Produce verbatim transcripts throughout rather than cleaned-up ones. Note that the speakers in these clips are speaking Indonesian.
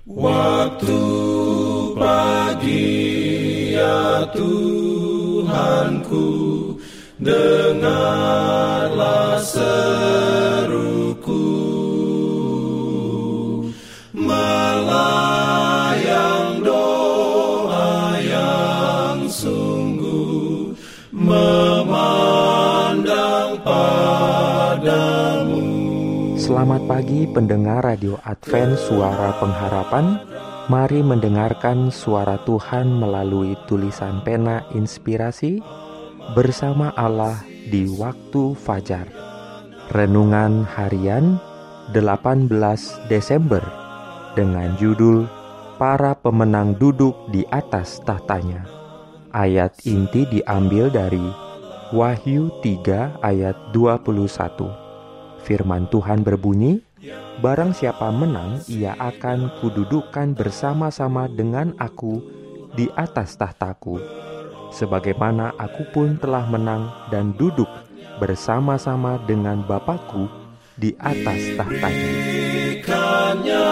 Waktu pagi ya Tuhanku, dengarlah seruku, melayang doa yang sungguh, memandang padamu. Selamat pagi pendengar Radio Advent Suara Pengharapan. Mari mendengarkan suara Tuhan melalui tulisan pena inspirasi bersama Allah di waktu fajar. Renungan harian delapan belas Desember dengan judul Para Pemenang Duduk di Atas Tahtanya. Ayat inti diambil dari Wahyu tiga ayat dua puluh satu. Firman Tuhan berbunyi, barang siapa menang, ia akan kududukan bersama-sama dengan aku di atas tahtaku, sebagaimana aku pun telah menang dan duduk bersama-sama dengan Bapakku di atas tahtanya. Berikannya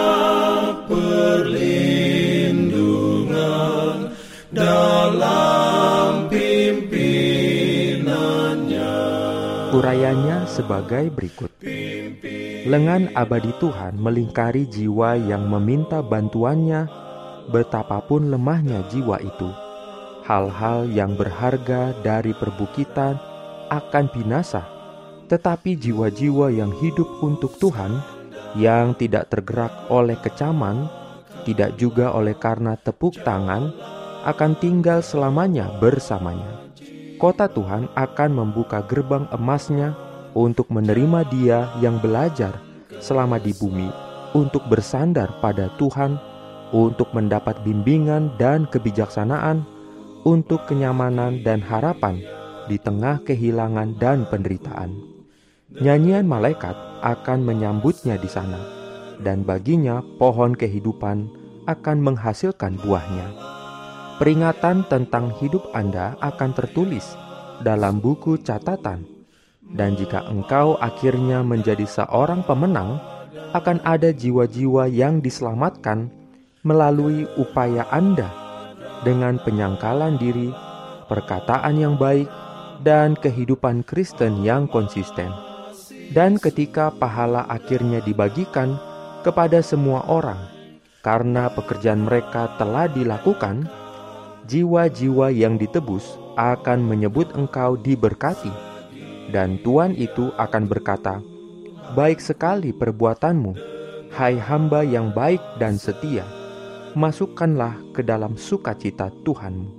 perlindungan dalam pimpinannya. Urayanya sebagai berikut. Lengan abadi Tuhan melingkari jiwa yang meminta bantuannya, betapapun lemahnya jiwa itu. Hal-hal yang berharga dari perbukitan akan binasa, tetapi jiwa-jiwa yang hidup untuk Tuhan, yang tidak tergerak oleh kecaman, tidak juga oleh karena tepuk tangan, akan tinggal selamanya bersamanya. Kota Tuhan akan membuka gerbang emasnya untuk menerima dia yang belajar selama di bumi, untuk bersandar pada Tuhan, untuk mendapat bimbingan dan kebijaksanaan, untuk kenyamanan dan harapan di tengah kehilangan dan penderitaan. Nyanyian malaikat akan menyambutnya di sana, dan baginya pohon kehidupan akan menghasilkan buahnya. Peringatan tentang hidup Anda akan tertulis dalam buku catatan, dan jika engkau akhirnya menjadi seorang pemenang, akan ada jiwa-jiwa yang diselamatkan melalui upaya Anda dengan penyangkalan diri, perkataan yang baik, dan kehidupan Kristen yang konsisten. Dan ketika pahala akhirnya dibagikan kepada semua orang, karena pekerjaan mereka telah dilakukan, jiwa-jiwa yang ditebus akan menyebut engkau diberkati, dan Tuhan itu akan berkata, baik sekali perbuatanmu, hai hamba yang baik dan setia, masukkanlah ke dalam sukacita Tuhanmu.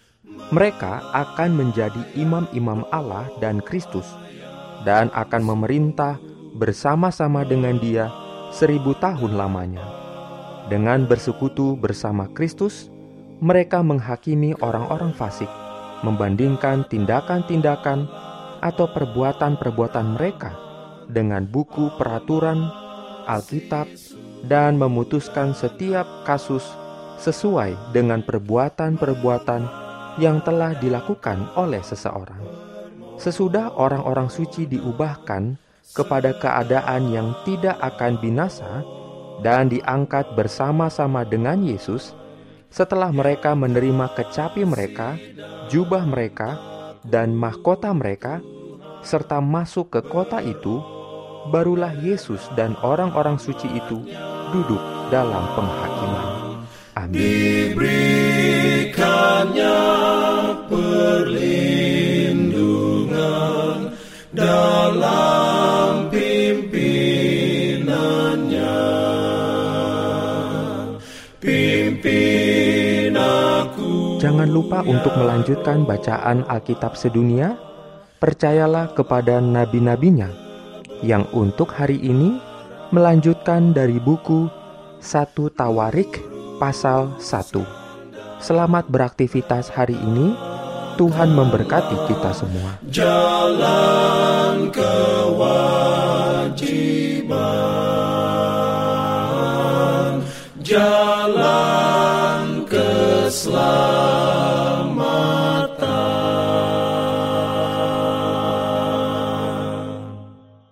Mereka akan menjadi imam-imam Allah dan Kristus, dan akan memerintah bersama-sama dengan Dia seribu tahun lamanya. Dengan bersekutu bersama Kristus, mereka menghakimi orang-orang fasik, membandingkan tindakan-tindakan atau perbuatan-perbuatan mereka dengan buku peraturan Alkitab, dan memutuskan setiap kasus sesuai dengan perbuatan-perbuatan yang telah dilakukan oleh seseorang. Sesudah orang-orang suci diubahkan kepada keadaan yang tidak akan binasa dan diangkat bersama-sama dengan Yesus, setelah mereka menerima kecapi mereka, jubah mereka, dan mahkota mereka, serta masuk ke kota itu, barulah Yesus dan orang-orang suci itu duduk dalam penghakiman. Amin. Diberikannya perlindungan dalam pimpinannya. Pimpin aku. Jangan lupa untuk melanjutkan bacaan Alkitab sedunia. Percayalah kepada nabi-nabinya yang untuk hari ini melanjutkan dari buku satu Tawarik pasal satu. Selamat beraktivitas hari ini. Tuhan memberkati kita semua. Jalan kewajiban